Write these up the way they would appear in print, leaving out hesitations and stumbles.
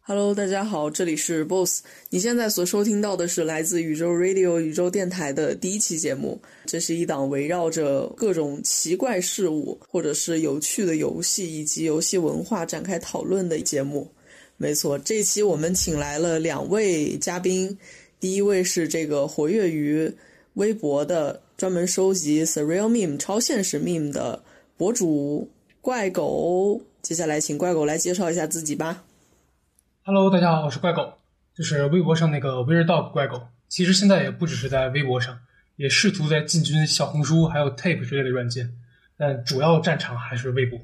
Hello，大家好，这里是 Boss。你现在所收听到的是来自宇宙 Radio 宇宙电台的第一期节目。这是一档围绕着各种奇怪事物或者是有趣的游戏以及游戏文化展开讨论的节目。没错，这一期我们请来了2位嘉宾。第一位是这个活跃于微博的专门收集 Surreal Meme 超现实 Meme 的博主怪狗。接下来请怪狗来介绍一下自己吧。 Hello， 大家好，我是怪狗，就是微博上那个 Weird Dog 怪狗。其实现在也不只是在微博上，也试图在进军小红书还有 Tape 之类的软件，但主要战场还是微博。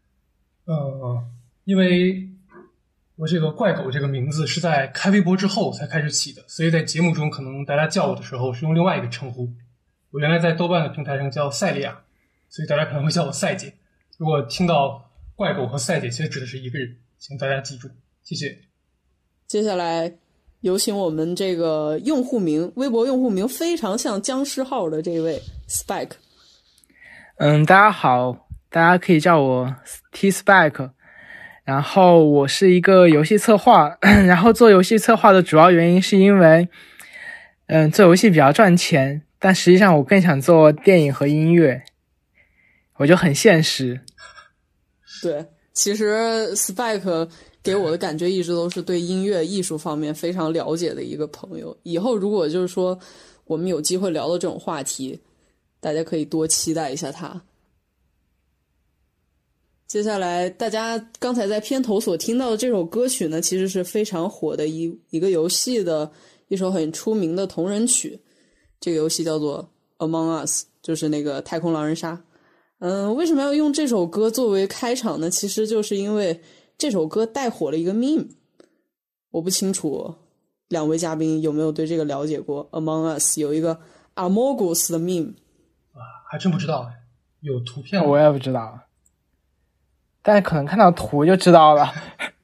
因为我这个怪狗这个名字是在开微博之后才开始起的，所以在节目中可能大家叫我的时候是用另外一个称呼。我原来在豆瓣的平台上叫赛利亚，所以大家可能会叫我赛姐。如果听到怪狗和赛姐，其实指的是一个人，请大家记住，谢谢。 接下来有请我们这个用户名，微博用户名非常像僵尸号的这位 Spike。 大家好，大家可以叫我 T Spike。然后我是一个游戏策划，然后做游戏策划的主要原因是因为做游戏比较赚钱，但实际上我更想做电影和音乐，我就很现实。 对，其实 Spike给我的感觉一直都是对音乐艺术方面非常了解的一个朋友。以后如果就是说我们有机会聊到这种话题，大家可以多期待一下他。接下来大家刚才在片头所听到的这首歌曲呢，其实是非常火的一个游戏的一首很出名的同人曲。这个游戏叫做 Among Us， 就是那个太空狼人杀。为什么要用这首歌作为开场呢？其实就是因为这首歌带火了一个 meme。 我不清楚2位嘉宾有没有对这个了解过。 Among Us 有一个 Amogus 的 meme。 还真不知道，有图片吗？ 我也不知道，但是可能看到图就知道了。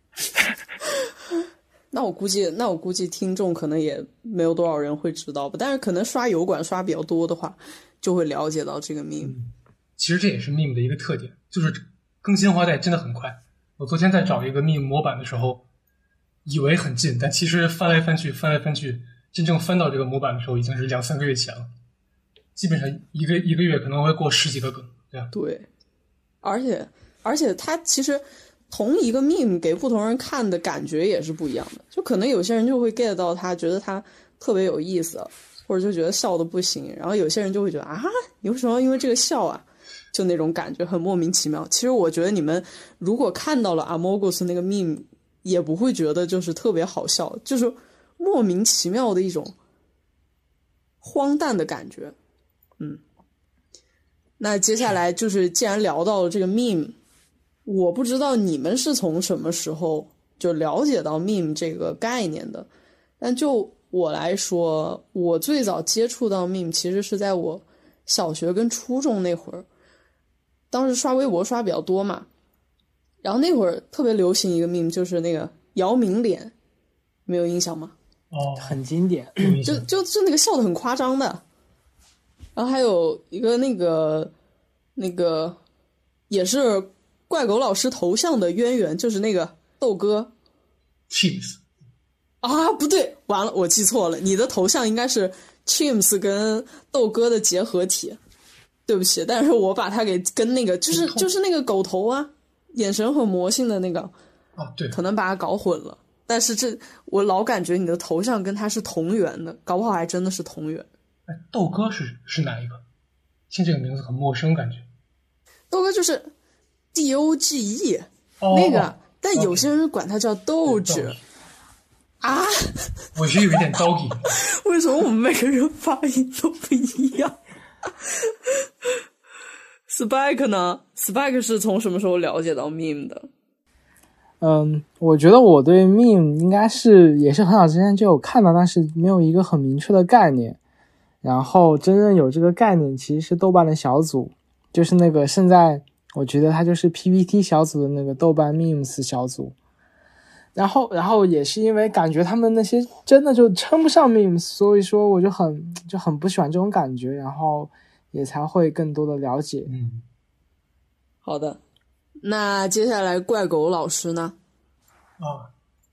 那我估计听众可能也没有多少人会知道吧，但是可能刷油管刷比较多的话就会了解到这个 meme。 其实这也是 meme 的一个特点，就是更新换代真的很快。我昨天在找一个 meme 模板的时候，以为很近，但其实翻来翻去，真正翻到这个模板的时候，已经是2-3个月前了。基本上一个月可能会过10几个梗，这样。 对，而且它其实同一个 meme 给不同人看的感觉也是不一样的。就可能有些人就会 get 到他，觉得他特别有意思，或者就觉得笑的不行，然后有些人就会觉得啊，你为什么要因为这个笑啊？就那种感觉很莫名其妙。其实我觉得你们如果看到了 Amogus 那个 meme 也不会觉得就是特别好笑，就是莫名其妙的一种荒诞的感觉。那接下来就是既然聊到了这个 meme， 我不知道你们是从什么时候就了解到 meme 这个概念的，但就我来说，我最早接触到 meme 其实是在我小学跟初中那会儿。当时刷微博刷比较多嘛，然后那会儿特别流行一个 meme， 就是那个姚明脸，没有印象吗？ 很经典。 就那个笑得很夸张的。然后还有一个那个也是怪狗老师头像的渊源，就是那个豆哥 Chims 啊，不对，完了，我记错了，你的头像应该是 Chims 跟豆哥的结合体。对不起，但是我把它给跟那个就是那个狗头啊，眼神很魔性的那个啊，对， 可能把它搞混了。但是我老感觉你的头像跟它是同源的，搞不好还真的是同源。 豆哥是哪一个？听这个名字很陌生感觉。 豆哥就是 DOGE 那个，但有些人管它叫豆子啊。 我是有一点 doggy。 为什么我们每个人发音都不一样？Spike 呢 ？Spike 是从什么时候了解到 meme 的？ 我觉得我对 meme 应该是也是很早之前就有看到，但是没有一个很明确的概念。然后真正有这个概念其实是豆瓣的小组，就是那个现在我觉得它就是 PPT 小组的那个豆瓣 memes 小组。然后也是因为感觉他们那些真的就称不上 memes， 所以说我就很不喜欢这种感觉，然后也才会更多的了解。 好的，那接下来怪狗老师呢？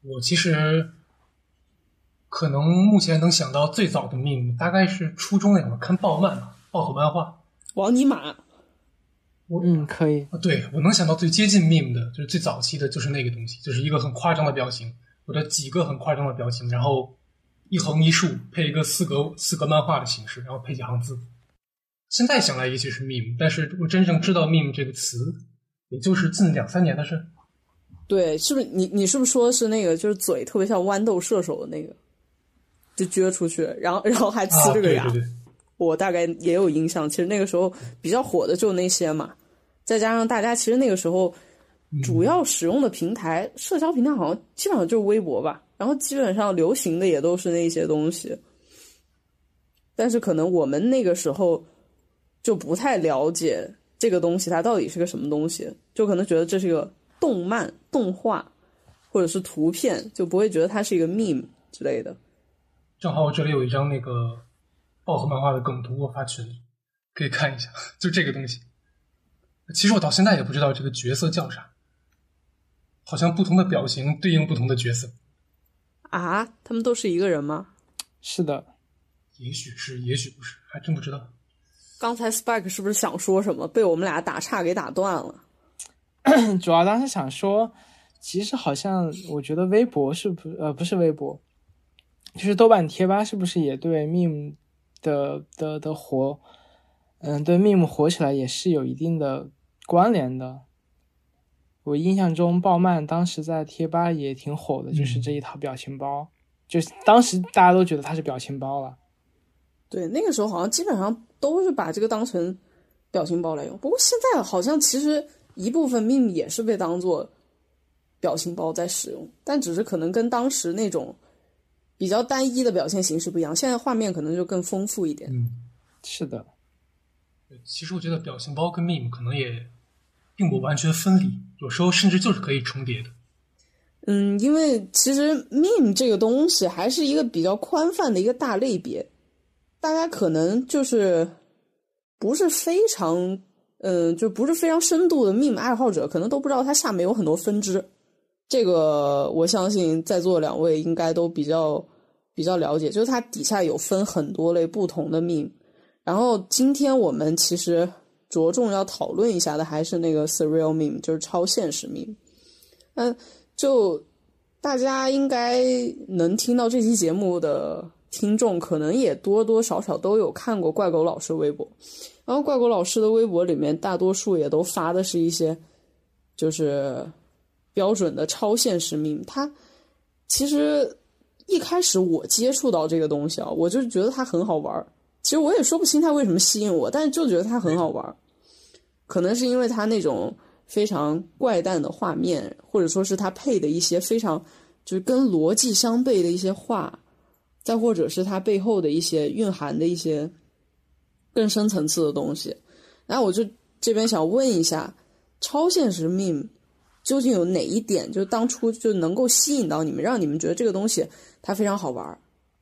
我其实可能目前能想到最早的 meme 大概是初中那会儿看爆漫吧，爆火漫画。 王尼玛， 可以。 对，我能想到最接近 meme 的，就是最早期的，就是那个东西，就是一个很夸张的表情，或者几个很夸张的表情，然后一横一竖配一个四格漫画的形式，然后配几行字。现在想来也许是 meme， 但是我真正知道 meme 这个词，也就是近2-3年的事。 对，是不是你是不是说的是那个就是嘴特别像豌豆射手的那个，就撅出去，然后还呲这个牙？ 对对对， 我大概也有印象。其实那个时候比较火的就那些嘛，再加上大家其实那个时候主要使用的平台，社交平台好像基本上就是微博吧，然后基本上流行的也都是那些东西。但是可能我们那个时候就不太了解这个东西它到底是个什么东西，就可能觉得这是个动漫、动画或者是图片，就不会觉得它是一个 meme 之类的。 正好我这里有一张那个爆火漫画的梗图，我发群里可以看一下，就这个东西。其实我到现在也不知道这个角色叫啥，好像不同的表情对应不同的角色啊？他们都是一个人吗？ 是的， 也许是也许不是，还真不知道。 刚才 Spike 是不是想说什么，被我们俩打岔给打断了？ 主要当时想说，其实好像我觉得微博不是微博，就是豆瓣贴吧是不是也对 meme 的火，对 meme 火起来也是有一定的关联的。我印象中爆漫当时在贴吧也挺火的，就是这一套表情包，就是当时大家都觉得它是表情包了。 对，那个时候好像基本上都是把这个当成表情包来用。不过现在好像其实一部分 meme 也是被当做表情包在使用，但只是可能跟当时那种比较单一的表现形式不一样，现在画面可能就更丰富一点。 是的。 其实我觉得表情包跟 meme 可能也并不完全分离，有时候甚至就是可以重叠的。 因为其实 meme 这个东西还是一个比较宽泛的一个大类别，大家可能就是不是非常就不是非常深度的 meme 爱好者，可能都不知道它下面有很多分支。这个我相信在座2位应该都比较了解，就是它底下有分很多类不同的 meme。然后今天我们其实着重要讨论一下的还是那个 surreal meme， 就是超现实 meme。就大家应该能听到这期节目的听众，可能也多多少少都有看过怪狗老师微博，然后怪狗老师的微博里面大多数也都发的是一些就是标准的超现实 meme。他其实一开始我接触到这个东西啊，我就觉得它很好玩，其实我也说不清它为什么吸引我，但是就觉得它很好玩。可能是因为它那种非常怪诞的画面，或者说是它配的一些非常就是跟逻辑相悖的一些话，再或者是它背后的一些蕴含的一些更深层次的东西。然后我就这边想问一下，超现实 meme 究竟有哪一点就当初就能够吸引到你们，让你们觉得这个东西它非常好玩？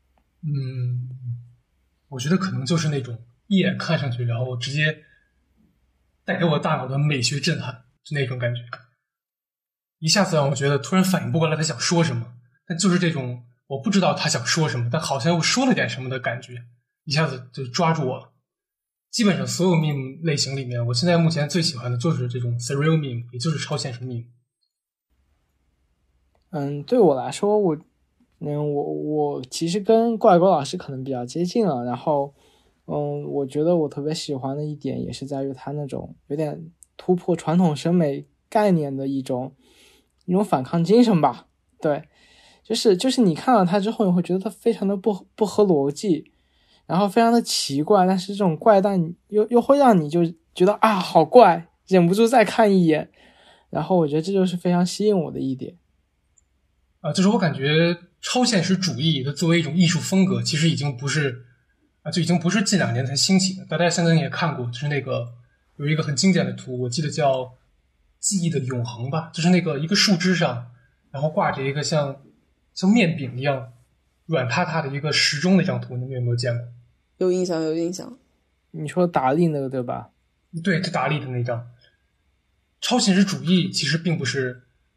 我觉得可能就是那种一眼看上去，然后直接带给我大脑的美学震撼，就那种感觉，一下子让我觉得突然反应不过来他想说什么，但就是这种我不知道他想说什么，但好像又说了点什么的感觉，一下子就抓住我了。基本上所有 meme 类型里面，我现在目前最喜欢的就是这种 surreal meme， 也就是超现实 meme。 对我来说，我其实跟怪狗老师可能比较接近了，然后我觉得我特别喜欢的一点也是在于他那种有点突破传统审美概念的一种反抗精神吧。对，就是你看到他之后，你会觉得他非常的不合逻辑，然后非常的奇怪，但是这种怪诞又会让你就觉得啊好怪，忍不住再看一眼，然后我觉得这就是非常吸引我的一点。 就是我感觉超现实主义的作为一种艺术风格，其实已经不是近2年才兴起的。大家相当也看过，就是那个有一个很经典的图，我记得叫记忆的永恒吧，就是那个一个树枝上，然后挂着一个像面饼一样软塌塌的一个时钟那张图，你们有没有见过？ 有印象。 你说达利那个对吧？ 对，这达利的那张。超现实主义其实并不是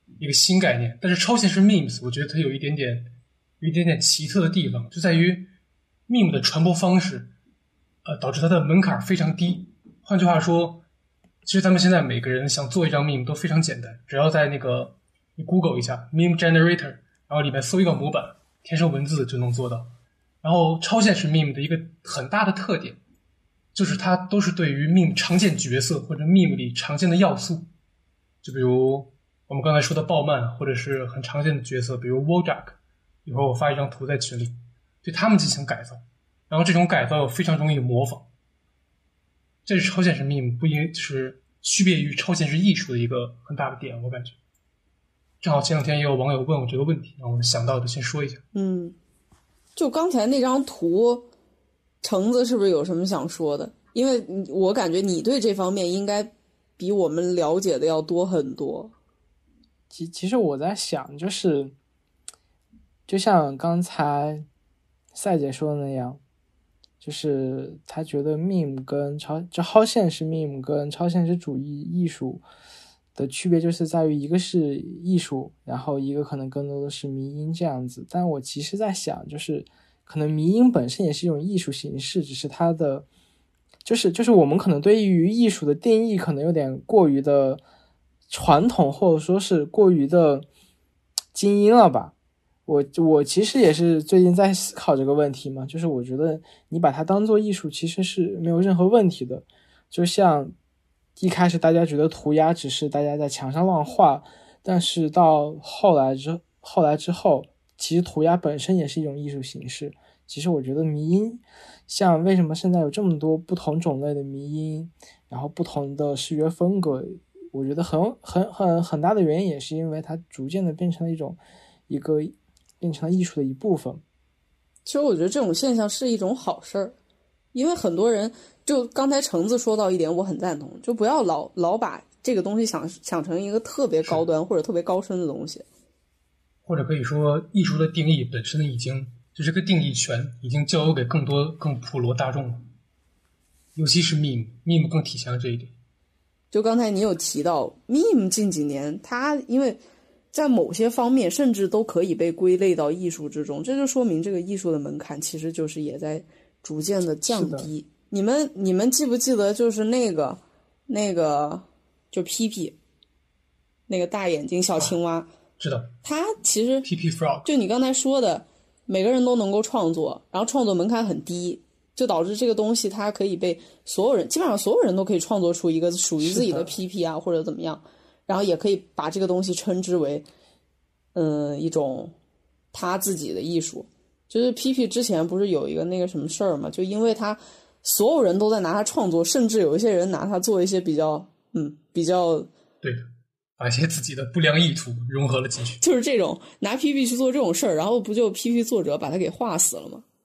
一个新概念。但是超现实 memes 我觉得它有一点点奇特的地方，就在于 meme 的传播方式导致它的门槛非常低。换句话说，其实咱们现在每个人想做一张 meme 都非常简单，只要在那个你 Google 一下 meme generator， 然后里面搜一个模板，填上文字就能做到。然后超现实 meme 的一个很大的特点就是它都是对于 meme 常见角色或者 meme 里常见的要素，就比如我们刚才说的鲍曼，或者是很常见的角色比如 Wojak， 一会儿我发一张图在群里，对他们进行改造，然后这种改造又非常容易模仿。这是超现实 meme 不应是区别于超现实艺术的一个很大的点，我感觉。正好前两天也有网友问我这个问题，然后我想到就先说一下。 就刚才那张图，橙子是不是有什么想说的？因为我感觉你对这方面应该比我们了解的要多很多。 其实我在想，就像刚才赛姐说的那样，就是他觉得 meme 跟超现实 meme 跟超现实主义艺术的区别就是在于一个是艺术，然后一个可能更多的是迷因这样子。但我其实在想，就是可能迷因本身也是一种艺术形式，只是它的就是我们可能对于艺术的定义可能有点过于的传统，或者说是过于的精英了吧。我其实也是最近在思考这个问题嘛，就是我觉得你把它当做艺术其实是没有任何问题的。就像一开始大家觉得涂鸦只是大家在墙上乱画，但是到后来之后，其实涂鸦本身也是一种艺术形式。其实我觉得迷因，像为什么现在有这么多不同种类的迷因，然后不同的视觉风格，我觉得很大的原因也是因为它逐渐的变成了变成了艺术的一部分。 其实我觉得这种现象是一种好事儿，因为很多人就刚才橙子说到一点我很赞同，就不要老把这个东西想成一个特别高端或者特别高深的东西， 或者可以说艺术的定义本身已经就这个定义权已经交由给更普罗大众了，尤其是 meme 更体现了这一点。 就刚才你有提到 meme 近几年它因为在某些方面甚至都可以被归类到艺术之中，这就说明这个艺术的门槛其实就是也在逐渐的降低。你们记不记得就是那个就 PP 那个大眼睛小青蛙， 知道。 它其实 PP Frog 就你刚才说的每个人都能够创作，然后创作门槛很低，就导致这个东西它可以被基本上所有人都可以创作出一个属于自己的 PP 啊或者怎么样，然后也可以把这个东西称之为一种他自己的艺术。就是 PP 之前不是有一个那个什么事儿嘛，就因为他所有人都在拿它创作，甚至有一些人拿它做一些比较对的，把一些自己的不良意图融合了进去， 就是这种拿 PP 去做这种事儿，然后不就 PP 作者把它给画死了吗？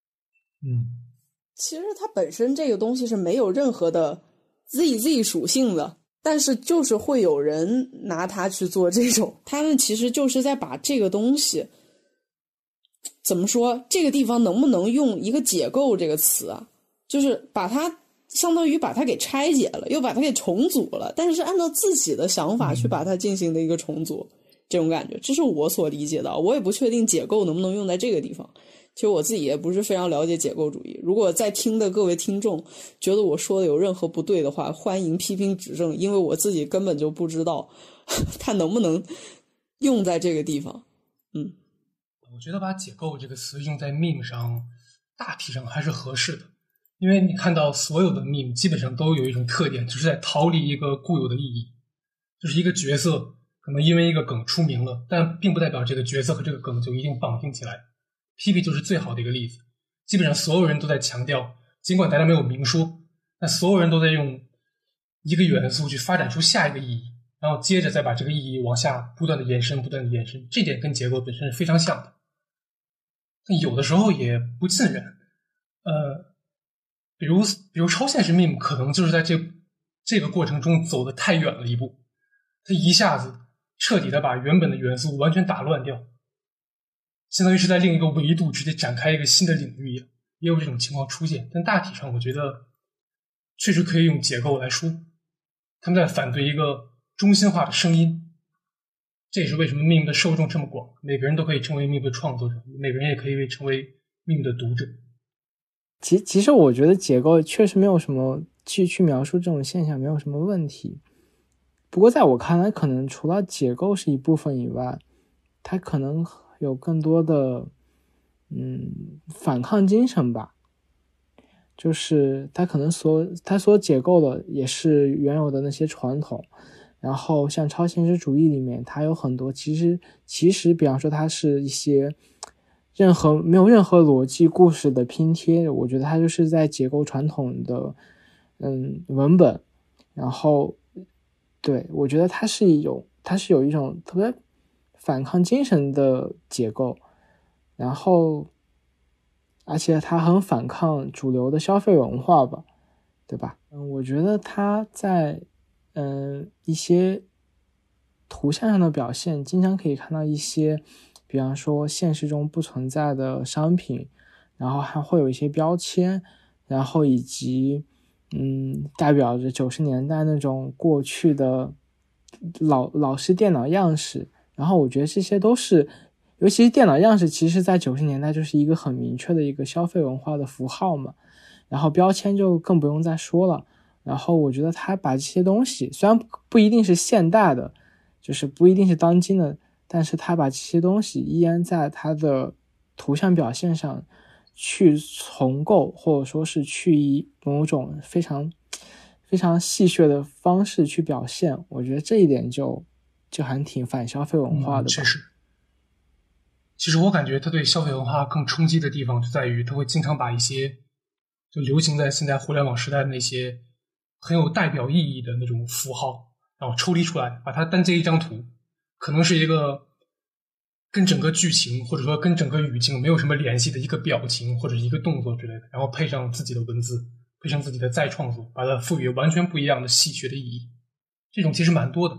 其实它本身这个东西是没有任何的 ZZ 属性的，但是就是会有人拿它去做这种，他们其实就是在把这个东西怎么说，这个地方能不能用一个解构这个词啊，就是把它相当于把它给拆解了，又把它给重组了，但是按照自己的想法去把它进行的一个重组，这种感觉，这是我所理解的。我也不确定解构能不能用在这个地方，其实我自己也不是非常了解解构主义，如果在听的各位听众觉得我说的有任何不对的话，欢迎批评指正，因为我自己根本就不知道它能不能用在这个地方。 我觉得把解构这个词用在 meme 上大体上还是合适的，因为你看到所有的 meme 基本上都有一种特点，就是在逃离一个固有的意义，就是一个角色可能因为一个梗出名了，但并不代表这个角色和这个梗就一定绑定起来。PP 就是最好的一个例子，基本上所有人都在强调，尽管大家没有明说，但所有人都在用一个元素去发展出下一个意义，然后接着再把这个意义往下不断的延伸，这点跟结构本身是非常像的。但有的时候也不尽然，比如超现实 meme 可能就是在这个过程中走得太远了一步，它一下子彻底的把原本的元素完全打乱掉，相当于是在另一个维度直接展开一个新的领域一样，也有这种情况出现。但大体上我觉得确实可以用解构来说，他们在反对一个中心化的声音， 这也是为什么 meme 的受众这么广，每个人都可以成为 meme 的创作者，每个人也可以成为 meme 的读者。 其实我觉得解构确实没有什么去描述这种现象没有什么问题，不过在我看来，可能除了解构是一部分以外，它可能有更多的反抗精神吧。就是它可能它所解构的也是原有的那些传统，然后像超现实主义里面，它有很多其实比方说它是一些没有任何逻辑故事的拼贴，我觉得它就是在解构传统的文本，然后对，我觉得它是有一种特别反抗精神的解构，然后而且它很反抗主流的消费文化吧，对吧？我觉得它在一些图像上的表现，经常可以看到一些，比方说现实中不存在的商品，然后还会有一些标签，然后以及代表着90年代那种过去的老式电脑样式，然后我觉得这些都是。尤其是电脑样式，其实在90年代就是一个很明确的一个消费文化的符号嘛，然后标签就更不用再说了。然后我觉得他把这些东西，虽然不一定是现代的，就是不一定是当今的，但是他把这些东西依然在他的图像表现上去重构，或者说是去以某种非常非常戏谑的方式去表现，我觉得这一点就还挺反消费文化的吧。 确实。其实我感觉它对消费文化更冲击的地方就在于，它会经常把一些就流行在现在互联网时代的那些很有代表意义的那种符号，然后抽离出来，把它单接一张图，可能是一个跟整个剧情或者说跟整个语境没有什么联系的一个表情或者一个动作之类的，然后配上自己的文字，配上自己的再创作，把它赋予完全不一样的戏谑的意义。这种其实蛮多的，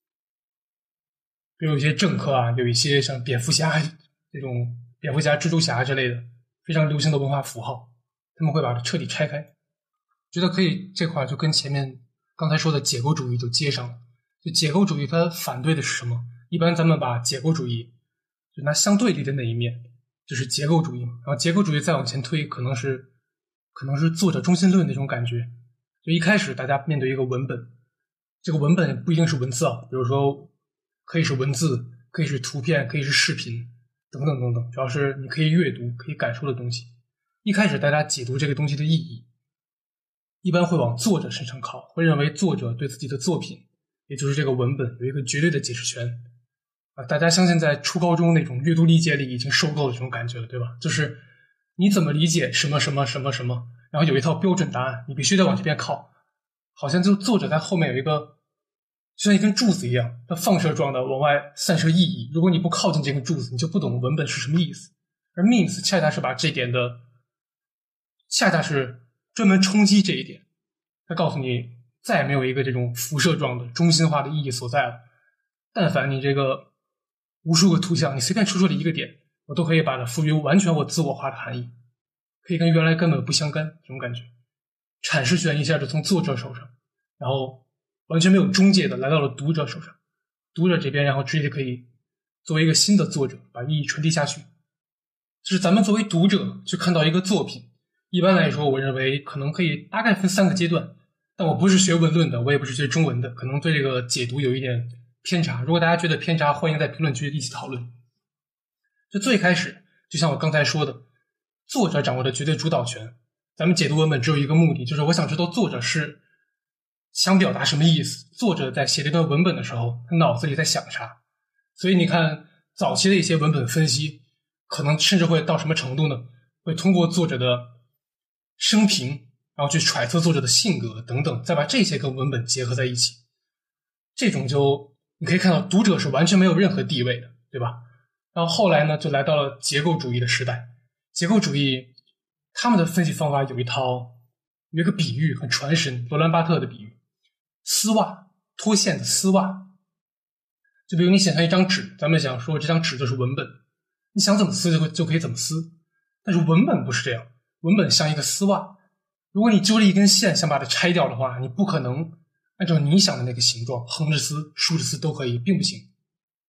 比如有一些政客啊，有一些像蝙蝠侠这种蝙蝠侠、蜘蛛侠之类的非常流行的文化符号，他们会把它彻底拆开。觉得可以这块就跟前面刚才说的解构主义就接上了。就解构主义它反对的是什么？一般咱们把解构主义就拿相对立的那一面，就是结构主义嘛。然后结构主义再往前推，可能是作者中心论那种感觉。就一开始大家面对一个文本，这个文本不一定是文字啊，比如说可以是文字，可以是图片，可以是视频等等等等，主要是你可以阅读可以感受的东西。一开始大家解读这个东西的意义，一般会往作者身上靠，会认为作者对自己的作品，也就是这个文本有一个绝对的解释权啊。大家相信在初高中那种阅读理解里已经受够了这种感觉了，对吧？就是你怎么理解什么什么什么什么，然后有一套标准答案，你必须得往这边靠，好像就作者在后面有一个就像一根柱子一样，它放射状的往外散射意义。如果你不靠近这根柱子，你就不懂文本是什么意思。而 memes 恰恰是把这点的，恰恰是专门冲击这一点。它告诉你，再也没有一个这种辐射状的中心化的意义所在了。但凡你这个无数个图像，你随便抽出了一个点，我都可以把它赋予完全我自我化的含义，可以跟原来根本不相干这种感觉。阐释权一下就从作者手上，然后完全没有中介的来到了读者手上，读者这边然后直接可以作为一个新的作者把意义传递下去。就是咱们作为读者去看到一个作品，一般来说我认为可能可以大概分3个阶段，但我不是学文论的，我也不是学中文的，可能对这个解读有一点偏差，如果大家觉得偏差，欢迎在评论区一起讨论。就最开始就像我刚才说的，作者掌握的绝对主导权，咱们解读文本只有一个目的，就是我想知道作者是想表达什么意思，作者在写这段文本的时候他脑子里在想啥。所以你看早期的一些文本分析可能甚至会到什么程度呢？会通过作者的生平，然后去揣测作者的性格等等，再把这些跟文本结合在一起。这种就你可以看到读者是完全没有任何地位的，对吧？然后后来呢，就来到了结构主义的时代。结构主义他们的分析方法有一个比喻很传神，罗兰巴特的比喻，丝袜，脱线的丝袜。就比如你想象一张纸，咱们想说这张纸就是文本，你想怎么撕就可以怎么撕，但是文本不是这样，文本像一个丝袜，如果你揪了一根线想把它拆掉的话，你不可能按照你想的那个形状，横着撕竖着撕都可以，并不行。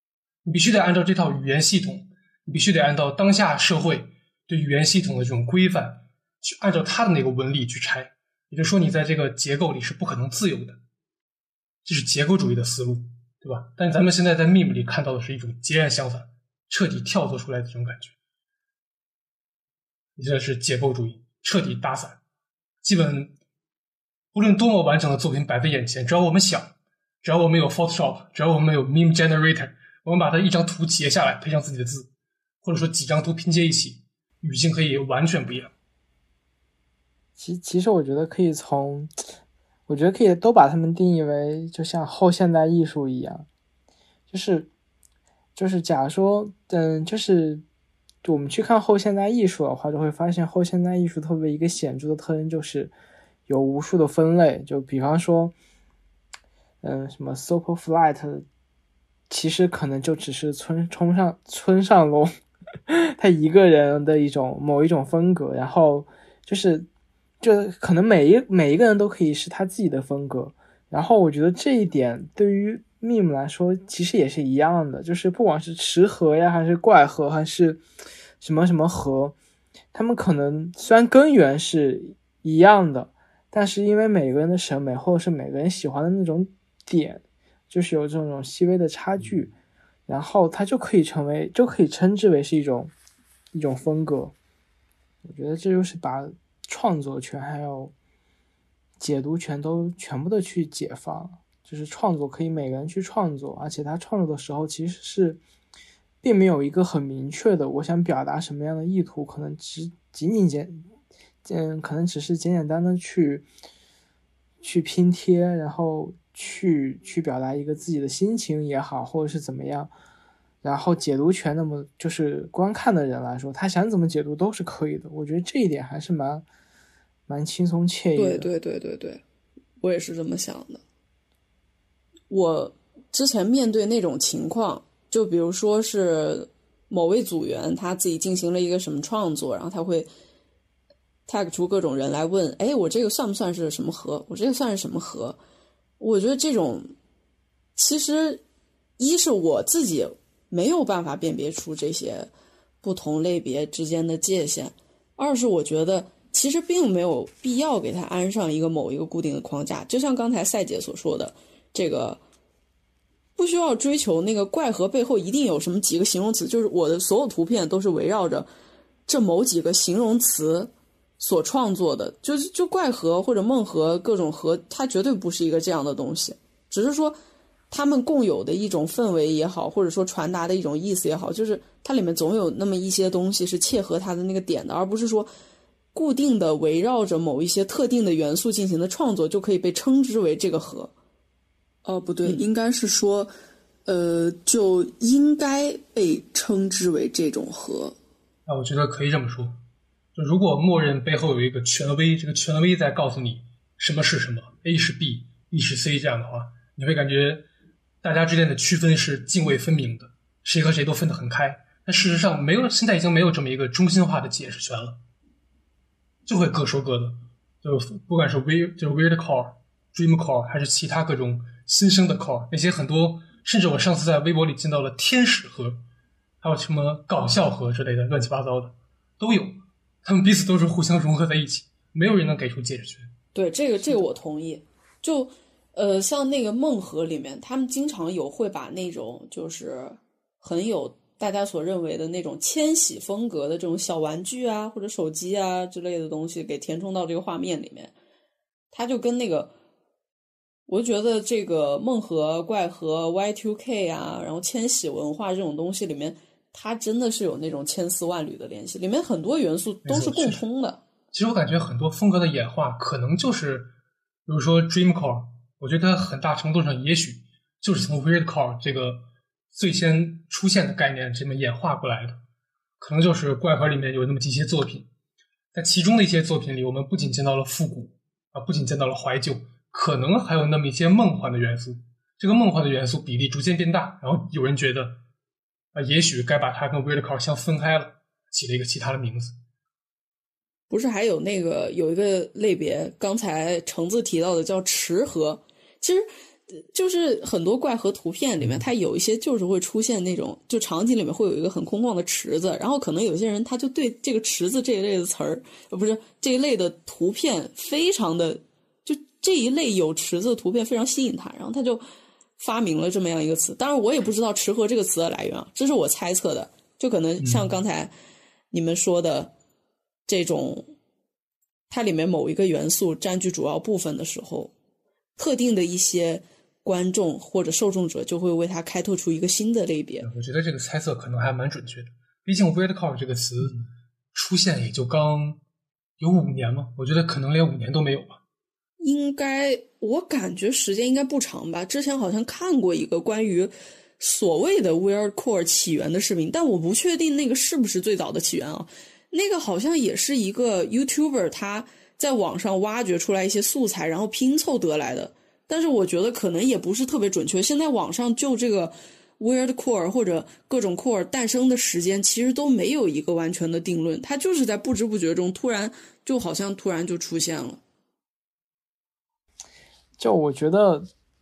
你必须得按照这套语言系统，你必须得按照当下社会对语言系统的这种规范，去按照它的那个纹理去拆。也就是说，你在这个结构里是不可能自由的，这是结构主义的思路，对吧？但咱们现在在 meme 里看到的是一种截然相反，彻底跳脱出来的这种感觉。你这是结构主义，彻底打散，基本无论多么完整的作品摆在眼前，只要我们想，只要我们有 Photoshop， 只要我们有 meme generator， 我们把它一张图截下来，配上自己的字，或者说几张图拼接一起，语境可以完全不一样。 其实我觉得可以都把它们定义为就像后现代艺术一样，就是假如说就是我们去看后现代艺术的话，就会发现后现代艺术特别一个显著的特征就是有无数的分类，就比方说什么 Superflight 其实可能就只是村上隆他一个人的某一种风格，然后就可能每一个人都可以是他自己的风格。然后我觉得这一点对于 meme 来说其实也是一样的，就是不管是池河呀还是怪河还是什么什么河，他们可能虽然根源是一样的，但是因为每个人的审美或者是每个人喜欢的那种点就是有这种细微的差距，然后它就可以称之为是一种风格。我觉得这就是把创作权还有解读权都全部的去解放，就是创作可以每个人去创作，而且他创作的时候其实是并没有一个很明确的我想表达什么样的意图，可能只是简简单的去拼贴，然后去表达一个自己的心情也好，或者是怎么样。然后解读权，那么就是观看的人来说，他想怎么解读都是可以的。我觉得这一点还是蛮轻松惬意的。 对，我也是这么想的。我之前面对那种情况，就比如说是某位组员他自己进行了一个什么创作，然后他会 tag 出各种人来问，哎，我这个算不算是什么河？我这个算是什么河？我觉得这种其实一是我自己没有办法辨别出这些不同类别之间的界限，二是我觉得其实并没有必要给它安上某一个固定的框架，就像刚才赛姐所说的，这个不需要追求那个怪河背后一定有什么几个形容词，就是我的所有图片都是围绕着这某几个形容词所创作的，就怪河或者梦河各种河，它绝对不是一个这样的东西，只是说他们共有的一种氛围也好，或者说传达的一种意思也好，就是它里面总有那么一些东西是切合它的那个点的，而不是说固定的围绕着某一些特定的元素进行的创作就可以被称之为这个河。不对，应该是说就应该被称之为这种河。 我觉得可以这么说，就如果默认背后有一个权威，这个权威在告诉你什么是什么， A 是 B， B 是 C 这样的话，你会感觉大家之间的区分是泾渭分明的，谁和谁都分得很开。但事实上现在已经没有这么一个中心化的解释权了，就会各说各的，就不管是 weird core、dream core 还是其他各种新生的 core， 那些很多甚至我上次在微博里见到了天使河，还有什么搞笑河之类的乱七八糟的都有，他们彼此都是互相融合在一起，没有人能给出解释权。 对，这个我同意。就像那个梦河里面，他们经常会把那种就是很有大家所认为的那种千禧风格的这种小玩具啊或者手机啊之类的东西给填充到这个画面里面，它就跟那个我觉得这个梦河、怪河、Y2K 啊，然后千禧文化这种东西里面，它真的是有那种千丝万缕的联系，里面很多元素都是共通的。 其实我感觉很多风格的演化可能就是比如说 Dreamcore， 我觉得它很大程度上也许就是从 Weirdcore 这个最先出现的概念这么演化过来的，可能就是怪河里面有那么几些作品，在其中的一些作品里，我们不仅见到了复古不仅见到了怀旧，可能还有那么一些梦幻的元素，这个梦幻的元素比例逐渐变大，然后有人觉得也许该把它跟 Weirdcore 相分开了，起了一个其他的名字。 不是还有有一个类别刚才橙子提到的叫池河，其实就是很多怪和图片里面，它有一些就是会出现那种，就场景里面会有一个很空旷的池子，然后可能有些人他就对这个池子这一类的词儿，不是这一类的图片非常的，就这一类有池子的图片非常吸引他，然后他就发明了这么样一个词。当然我也不知道池河这个词的来源啊，这是我猜测的，就可能像刚才你们说的这种，它里面某一个元素占据主要部分的时候，特定的一些观众或者受众者就会为它开拓出一个新的类别。 我觉得这个猜测可能还蛮准确的，毕竟 weirdcore 这个词出现也就刚有5年嘛，我觉得可能连5年都没有吧。 应该我感觉时间应该不长吧，之前好像看过一个关于所谓的 weirdcore 起源的视频，但我不确定那个是不是最早的起源啊。那个好像也是一个 YouTuber 他在网上挖掘出来一些素材然后拼凑得来的，但是我觉得可能也不是特别准确。现在网上就这个 weirdcore 或者各种 core 诞生的时间其实都没有一个完全的定论，它就是在不知不觉中突然就出现了。 就我觉得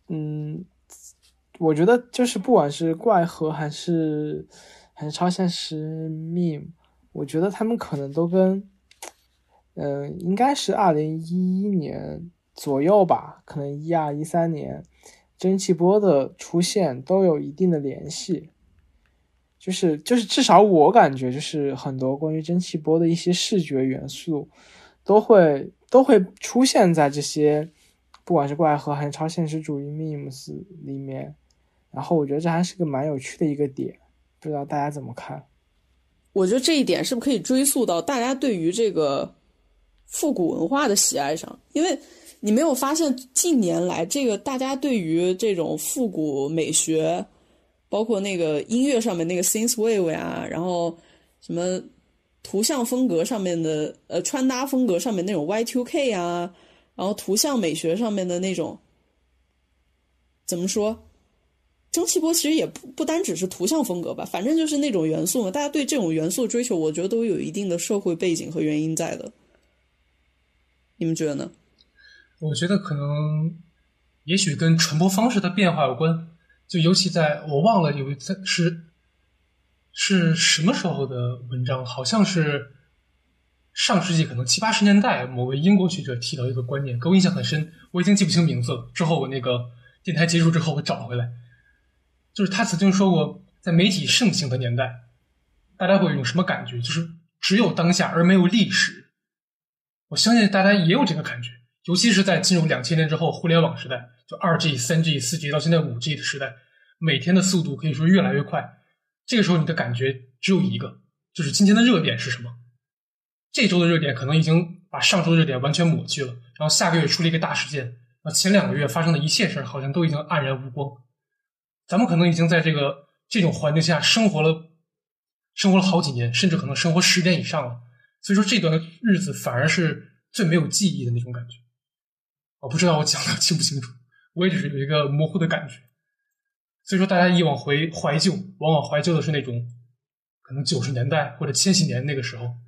我觉得就是不管是怪和还是超现实 meme， 我觉得他们可能都跟应该是2011年左右吧，可能12、13年蒸汽波的出现都有一定的联系。就是至少我感觉就是很多关于蒸汽波的一些视觉元素都会出现在这些不管是怪和还是超现实主义 memes 里面，然后我觉得这还是个蛮有趣的一个点，不知道大家怎么看。 我觉得这一点是不是可以追溯到大家对于这个复古文化的喜爱上，因为你没有发现近年来这个大家对于这种复古美学，包括那个音乐上面那个 synthwave 啊，然后什么图像风格上面的穿搭风格上面那种 Y2K 啊，然后图像美学上面的那种，怎么说，蒸汽波其实也不单只是图像风格吧，反正就是那种元素嘛，大家对这种元素的追求我觉得都有一定的社会背景和原因在的。你们觉得呢？ 我觉得可能也许跟传播方式的变化有关，就尤其在我忘了有一次是什么时候的文章，好像是上世纪可能70、80年代某位英国学者提到一个观念，给我印象很深，我已经记不清名字了，之后我那个电台结束之后我找回来。就是他曾经说过，在媒体盛行的年代，大家会有一种什么感觉，就是只有当下而没有历史。我相信大家也有这个感觉，尤其是在进入2000年之后互联网时代，就 2G、3G、4G 到现在 5G 的时代，每天的速度可以说越来越快。这个时候你的感觉只有一个，就是今天的热点是什么。这周的热点可能已经把上周的热点完全抹去了，然后下个月出了一个大事件，前2个月发生的一切事好像都已经黯然无光。咱们可能已经在这种环境下生活了好几年，甚至可能生活10年以上了。所以说这段日子反而是最没有记忆的那种感觉。我不知道我讲的清不清楚，我也只是有一个模糊的感觉。所以说大家以往怀旧，往往怀旧的是那种可能90年代或者千禧年那个时候，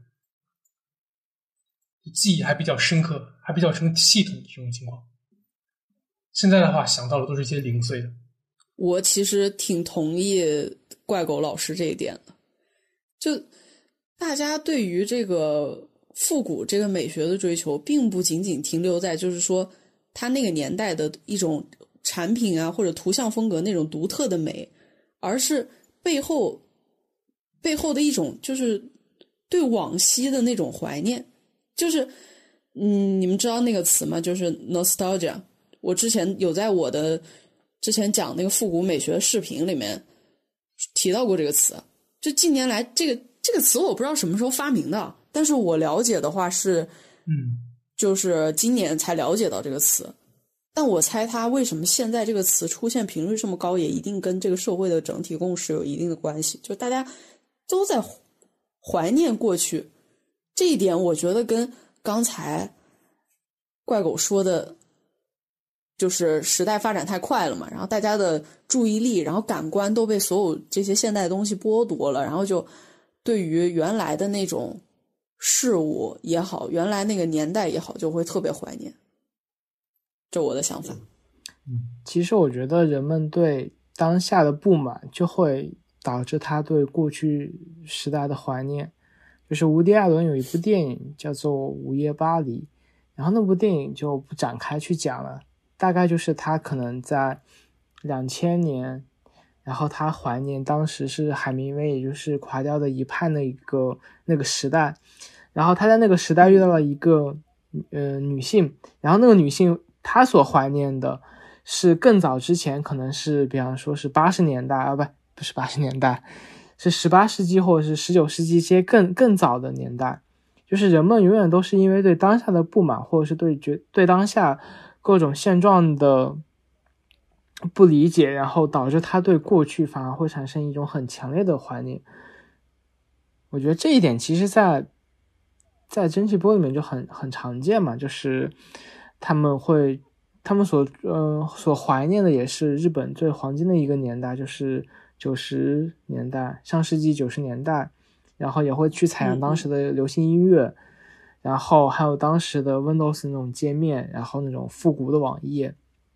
记忆还比较深刻，还比较成系统的这种情况。现在的话想到的都是一些零碎的。 我其实挺同意怪狗老师这一点的，就大家对于这个复古这个美学的追求并不仅仅停留在就是说他那个年代的一种产品啊或者图像风格那种独特的美，而是背后的一种就是对往昔的那种怀念。就是你们知道那个词吗？就是 nostalgia。 我之前有在我的之前讲那个复古美学的视频里面提到过这个词。就近年来这个词我不知道什么时候发明的，但是我了解的话是就是今年才了解到这个词。但我猜它为什么现在这个词出现频率这么高，也一定跟这个社会的整体共识有一定的关系，就大家都在怀念过去。这一点我觉得跟刚才怪狗说的就是时代发展太快了嘛，然后大家的注意力然后感官都被所有这些现代的东西剥夺了，然后就对于原来的那种事物也好，原来那个年代也好，就会特别怀念。这我的想法。 其实我觉得人们对当下的不满就会导致他对过去时代的怀念。就是伍迪·艾伦有一部电影叫做《午夜巴黎》，然后那部电影就不展开去讲了，大概就是他可能在2000年，然后他怀念当时是海明威，也就是垮掉的一派那个时代，然后他在那个时代遇到了一个女性，然后那个女性她所怀念的是更早之前，可能是比方说是80年代啊，不是80年代，是18世纪或者是19世纪一些更早的年代。就是人们永远都是因为对当下的不满，或者是对当下各种现状的不理解，然后导致他对过去反而会产生一种很强烈的怀念。我觉得这一点其实在蒸汽波里面就很常见嘛，就是他们所怀念的也是日本最黄金的一个年代，就是90年代，上世纪90年代，然后也会去采样当时的流行音乐，然后还有当时的 Windows 那种界面，然后那种复古的网页。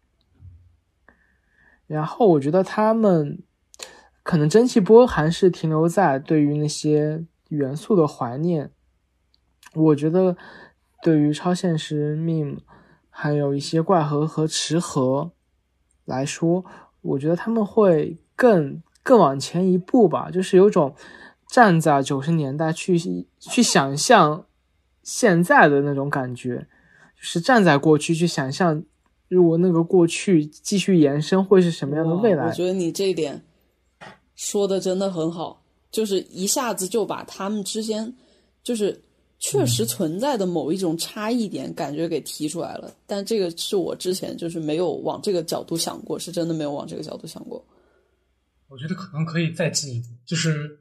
然后我觉得他们可能蒸汽波还是停留在对于那些元素的怀念。我觉得对于超现实 meme 还有一些怪盒和池盒来说，我觉得他们会更往前一步吧，就是有种站在90年代去想象现在的那种感觉，就是站在过去去想象如果那个过去继续延伸会是什么样的未来。 我觉得你这一点说的真的很好，就是一下子就把他们之间就是确实存在的某一种差异点感觉给提出来了，但这个是我之前就是没有往这个角度想过，是真的没有往这个角度想过。 我觉得可能可以再进一步，就是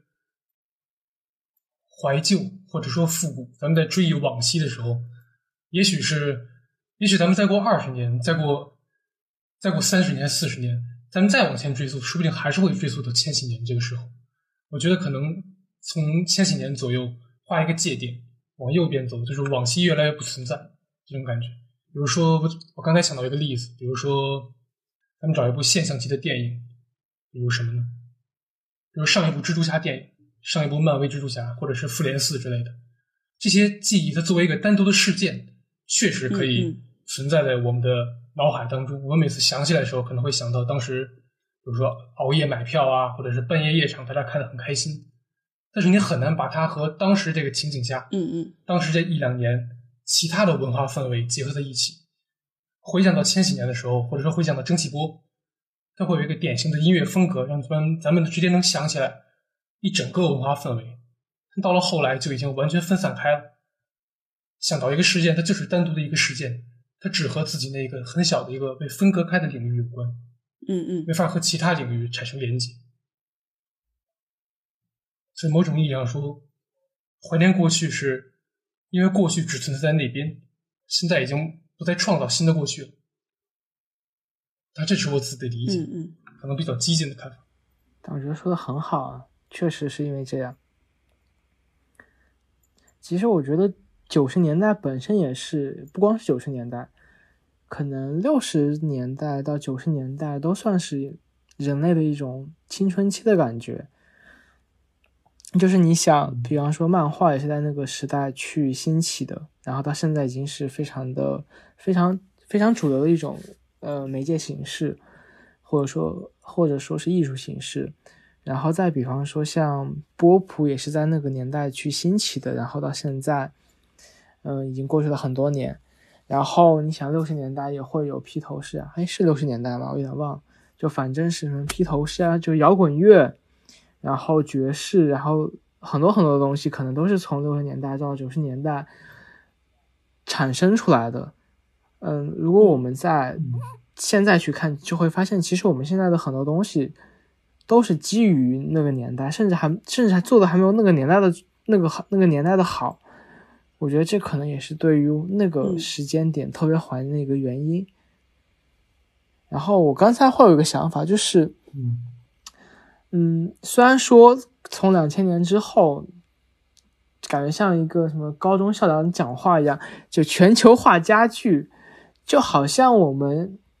怀旧或者说复古。咱们在追忆往昔的时候，也许咱们再过20年，再过30年40年，咱们再往前追溯，说不定还是会追溯到千禧年这个时候。我觉得可能从千禧年左右画一个界点，往右边走，就是往昔越来越不存在这种感觉。比如说我刚才想到一个例子，比如说咱们找一部现象级的电影，比如什么呢？比如上一部蜘蛛侠电影，上一部漫威蜘蛛侠，或者是复联4之类的，这些记忆它作为一个单独的事件，确实可以存在在我们的脑海当中。我们每次想起来的时候，可能会想到当时比如说熬夜买票啊，或者是半夜夜场大家看得很开心，但是你很难把它和当时这个情景下当时这1-2年其他的文化氛围结合在一起。回想到千禧年的时候，或者说回想到蒸汽波，它会有一个典型的音乐风格，让咱们直接能想起来一整个文化氛围。到了后来就已经完全分散开了，想到一个事件，它就是单独的一个事件，它只和自己那个很小的一个被分割开的领域有关，没法和其他领域产生连接。所以某种意义上说，怀念过去是因为过去只存在在那边，现在已经不再创造新的过去了。但这是我自己的理解，可能比较激进的看法。 但我觉得说的很好啊，确实是因为这样。其实我觉得90年代本身也是，不光是90年代，可能60年代到90年代都算是人类的一种青春期的感觉。就是你想，比方说漫画也是在那个时代去兴起的，然后到现在已经是非常主流的一种媒介形式，或者说是艺术形式。然后再比方说像波普也是在那个年代去兴起的，然后到现在已经过去了很多年。然后你想60年代也会有披头士啊，是60年代吗？我有点忘了，就反正是什么披头士啊，就摇滚乐，然后爵士，然后很多的东西可能都是从60年代到90年代产生出来的。如果我们在现在去看，就会发现其实我们现在的很多东西都是基于那个年代，甚至还做的还没有那个年代的那个年代的好。我觉得这可能也是对于那个时间点特别怀念的一个原因。然后我刚才会有一个想法，就是虽然说从2000年之后感觉像一个什么高中校长讲话一样，就全球化加剧，就好像我们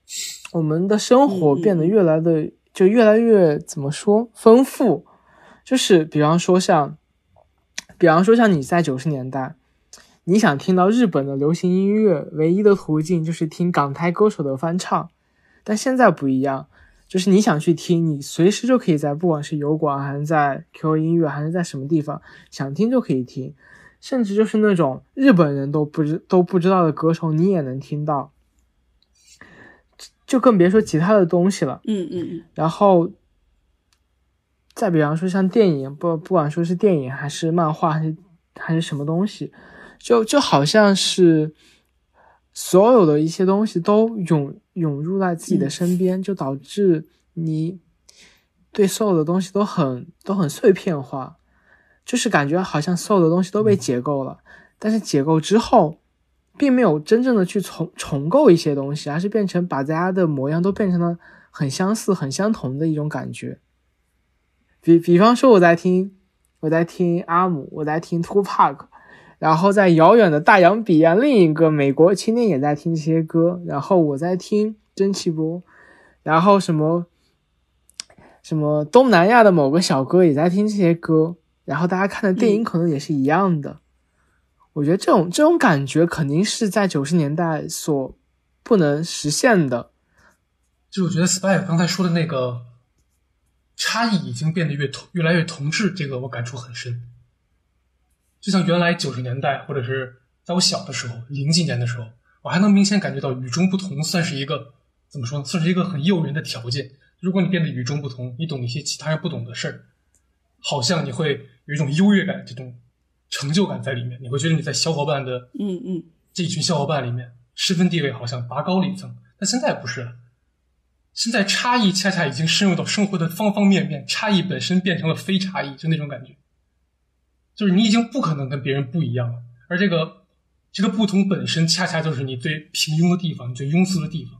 我们的生活变得越来越怎么说丰富，就是比方说像你在90年代，你想听到日本的流行音乐，唯一的途径就是听港台歌手的翻唱，但现在不一样，就是你想去听，你随时就可以在不管是油管还是在 QQ 音乐还是在什么地方想听就可以听，甚至就是那种日本人都不知道的歌手你也能听到，就更别说其他的东西了。然后再比方说像电影，不管说是电影还是漫画还是什么东西，就好像是所有的一些东西都涌入在自己的身边，就导致你对所有的东西都很碎片化，就是感觉好像所有的东西都被解构了，但是解构之后并没有真正的去重构一些东西，而是变成把大家的模样都变成了很相似很相同的一种感觉。比方说我在听阿姆，我在听 Tupac， 然后在遥远的大洋彼岸另一个美国青年也在听这些歌，然后我在听蒸汽波，然后什么东南亚的某个小哥也在听这些歌，然后大家看的电影可能也是一样的。我觉得这种感觉肯定是在90年代所不能实现的。 就是我觉得 Spy 刚才说的那个差异已经变得越来越同质，这个我感触很深。就像原来90年代，或者是在我小的时候00几年的时候，我还能明显感觉到与众不同算是一个怎么说呢，算是一个很诱人的条件。如果你变得与众不同，你懂一些其他人不懂的事儿，好像你会有一种优越感，这种成就感在里面，你会觉得你在小伙伴的这一群小伙伴里面身份地位好像拔高了一层。但现在不是了，现在差异恰恰已经深入到生活的方方面面，差异本身变成了非差异，就那种感觉，就是你已经不可能跟别人不一样了，而这个不同本身恰恰就是你最平庸的地方，你最庸俗的地方。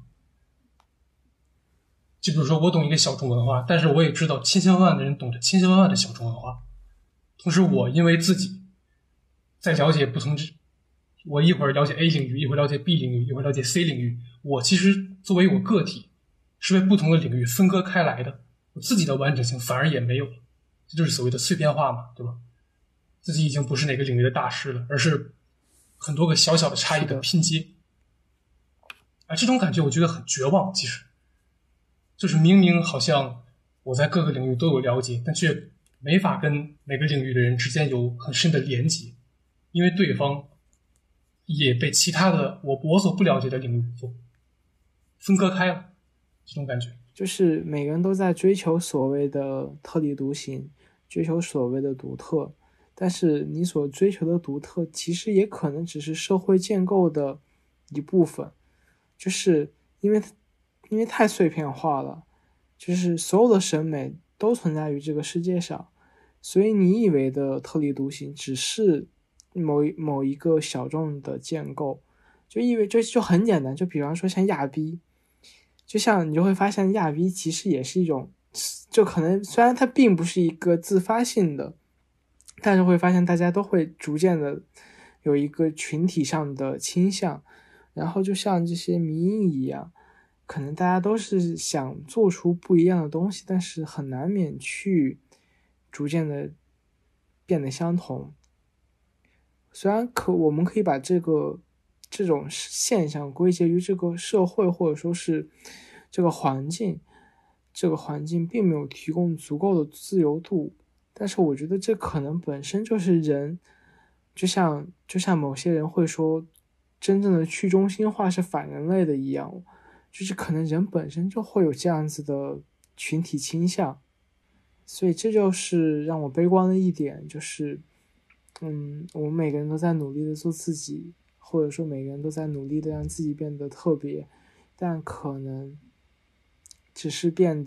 就比如说我懂一个小众文化，但是我也知道千千万万的人懂着千千万万的小众文化，同时我因为自己在了解不同，我一会儿了解 A 领域，一会儿了解 B 领域，一会儿了解 C 领域，我其实作为我个体是被不同的领域分割开来的，我自己的完整性反而也没有了，这就是所谓的碎片化嘛，对吧？自己已经不是哪个领域的大师了，而是很多个小小的差异的拼接。这种感觉我觉得很绝望，其实就是明明好像我在各个领域都有了解，但却没法跟每个领域的人之间有很深的连结，因为对方也被其他的我所不了解的领域所分割开了，这种感觉。 就是每个人都在追求所谓的特立独行，追求所谓的独特，但是你所追求的独特其实也可能只是社会建构的一部分，就是因为太碎片化了，就是所有的审美都存在于这个世界上，所以你以为的特立独行只是某一个小众的建构，就很简单，就比方说像亚逼，就像你就会发现亚逼其实也是一种，就可能虽然它并不是一个自发性的，但是会发现大家都会逐渐的有一个群体上的倾向，然后就像这些迷因一样，可能大家都是想做出不一样的东西，但是很难免去逐渐的变得相同。虽然我们可以把这种现象归结于这个社会，或者说是这个环境并没有提供足够的自由度，但是我觉得这可能本身就是人，就像某些人会说真正的去中心化是反人类的一样，就是可能人本身就会有这样子的群体倾向。所以这就是让我悲观的一点，就是我们每个人都在努力的做自己，或者说每个人都在努力的让自己变得特别，但可能只是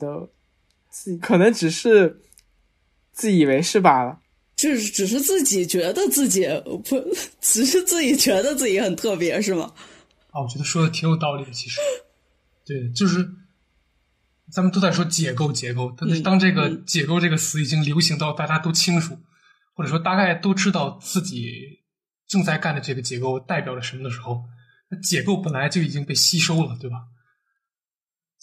自以为是罢了， 就是只是自己觉得自己不，只是自己觉得自己很特别，是吗？ 我觉得说的挺有道理的，其实，对，就是咱们都在说解构，但是当这个解构这个词已经流行到大家都清楚，或者说大概都知道自己正在干的这个解构代表了什么的时候，那解构本来就已经被吸收了，对吧？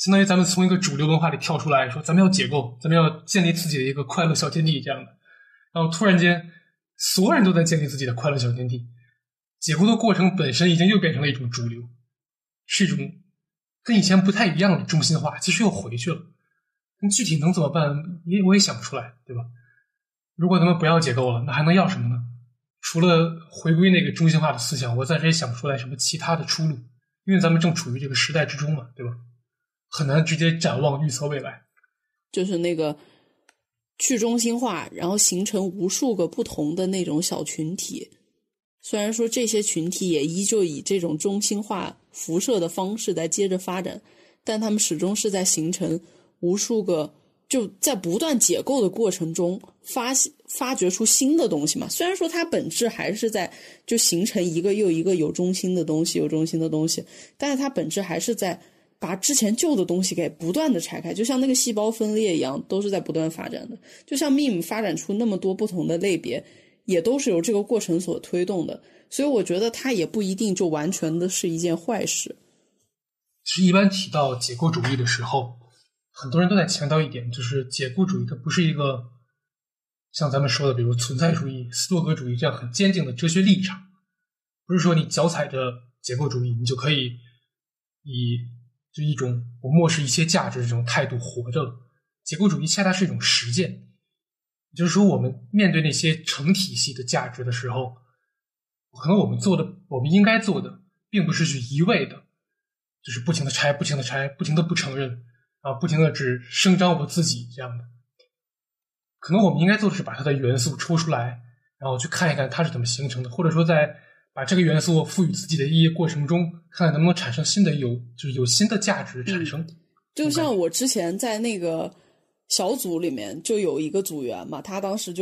相当于咱们从一个主流文化里跳出来，说咱们要解构，咱们要建立自己的一个快乐小天地这样的。然后突然间，所有人都在建立自己的快乐小天地，解构的过程本身已经又变成了一种主流，是一种跟以前不太一样的中心化，其实又回去了。那具体能怎么办？我也想不出来，对吧？如果咱们不要解构了，那还能要什么呢？除了回归那个中心化的思想，我暂时也想不出来什么其他的出路，因为咱们正处于这个时代之中嘛，对吧？很难直接展望预测未来。 就是那个去中心化，然后形成无数个不同的那种小群体。虽然说这些群体也依旧以这种中心化辐射的方式在接着发展，但他们始终是在形成无数个，就在不断解构的过程中发掘出新的东西嘛。虽然说它本质还是在就形成一个又一个有中心的东西，但是它本质还是在把之前旧的东西给不断的拆开，就像那个细胞分裂一样，都是在不断发展的。就像 meme 发展出那么多不同的类别，也都是由这个过程所推动的。所以我觉得它也不一定就完全的是一件坏事。 其实一般提到解构主义的时候，很多人都在强调一点，就是解构主义它不是一个像咱们说的比如存在主义、斯多葛主义这样很坚定的哲学立场，不是说你脚踩着解构主义你就可以以就一种我漠视一切价值这种态度活着了。解构主义恰恰是一种实践，也就是说我们面对那些成体系的价值的时候，可能我们应该做的并不是去一味的就是不停的拆，不停的不承认啊，不停的只声张我自己这样的。可能我们应该做的是把它的元素抽出来，然后去看一看它是怎么形成的，或者说在把这个元素赋予自己的意义过程中，看看能不能产生新的有新的价值产生。 就像我之前在那个小组里面就有一个组员嘛，他当时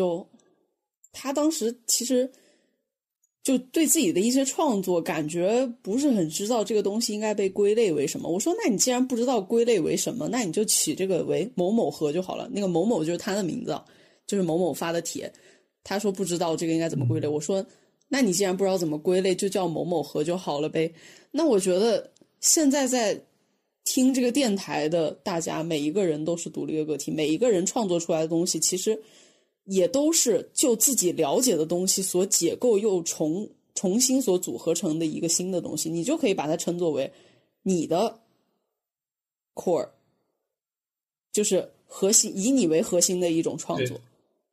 其实就对自己的一些创作感觉不是很知道这个东西应该被归类为什么。我说那你既然不知道归类为什么，那你就起这个为某某盒就好了。那个某某就是他的名字，就是某某发的帖，他说不知道这个应该怎么归类。我说那你既然不知道怎么归类，就叫某某盒就好了呗。那我觉得现在在听这个电台的大家，每一个人都是独立的个体，每一个人创作出来的东西其实也都是就自己了解的东西所解构又重新所组合成的一个新的东西，你就可以把它称作为你的 core， 就是核心，以你为核心的一种创作。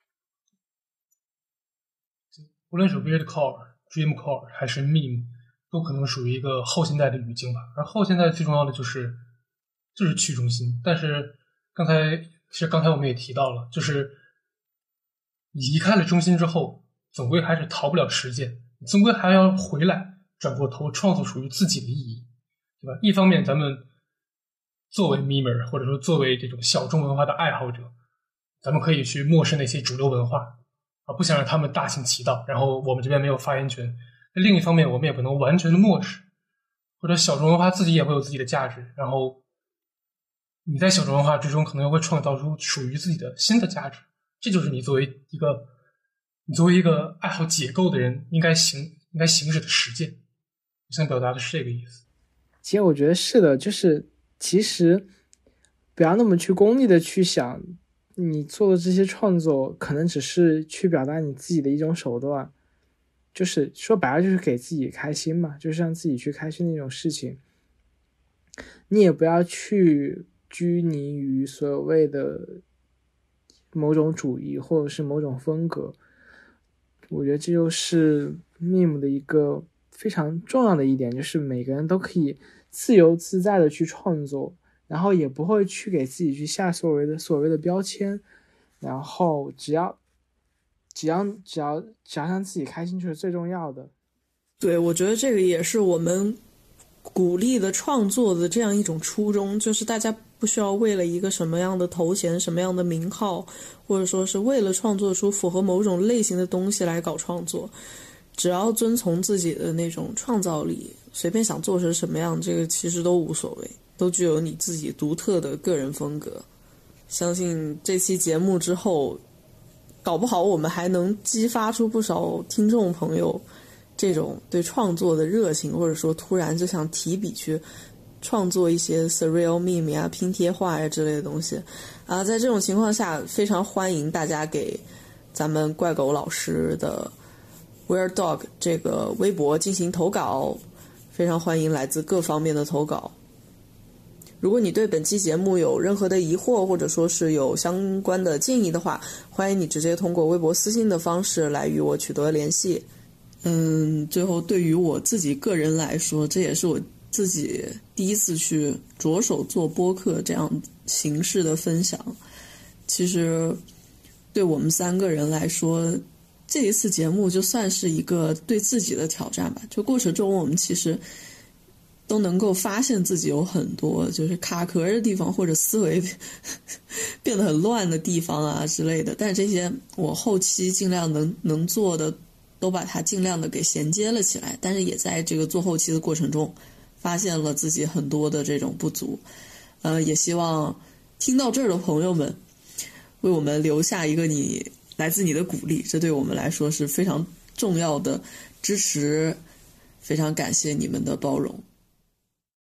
无论是 Weird Core、Dream Core 还是 Meme， 都可能属于一个后现代的语境吧。而后现代最重要的就是去中心。但是刚才我们也提到了，就是你离开了中心之后，总归还是逃不了实践，总归还要回来，转过头创作属于自己的意义，对吧？一方面咱们作为 memer 或者说作为这种小众文化的爱好者，咱们可以去漠视那些主流文化啊，不想让他们大行其道，然后我们这边没有发言权。另一方面我们也不能完全的漠视，或者小众文化自己也会有自己的价值，然后你在小众文化之中可能又会创造出属于自己的新的价值。这就是你作为一个爱好解构的人应该行使的实践。我想表达的是这个意思。 其实我觉得是的，就是其实不要那么去功利的去想，你做的这些创作可能只是去表达你自己的一种手段，就是说白了就是给自己开心嘛，就是让自己去开心的一种事情。你也不要去拘泥于所谓的某种主义或者是某种风格。我觉得这就是 meme 的一个非常重要的一点，就是每个人都可以自由自在的去创作，然后也不会去给自己去下所谓的标签，然后只要让自己开心就是最重要的。 对，我觉得这个也是我们鼓励的创作的这样一种初衷，就是大家不需要为了一个什么样的头衔、什么样的名号，或者说是为了创作出符合某种类型的东西来搞创作，只要遵从自己的那种创造力，随便想做成什么样，这个其实都无所谓，都具有你自己独特的个人风格。相信这期节目之后，搞不好我们还能激发出不少听众朋友这种对创作的热情，或者说突然就想提笔去创作一些 surreal meme 呀、拼贴画呀之类的东西啊。在这种情况下，非常欢迎大家给咱们怪狗老师的 Weird Dog 这个微博进行投稿，非常欢迎来自各方面的投稿。如果你对本期节目有任何的疑惑，或者说是有相关的建议的话，欢迎你直接通过微博私信的方式来与我取得联系。最后对于我自己个人来说，这也是我自己第一次去着手做播客这样形式的分享。其实对我们3个人来说，这一次节目就算是一个对自己的挑战吧。就过程中我们其实都能够发现自己有很多就是卡壳的地方，或者思维变得很乱的地方啊之类的，但这些我后期尽量能做的都把它尽量的给衔接了起来，但是也在这个做后期的过程中发现了自己很多的这种不足。也希望听到这儿的朋友们为我们留下一个来自你的鼓励，这对我们来说是非常重要的支持，非常感谢你们的包容。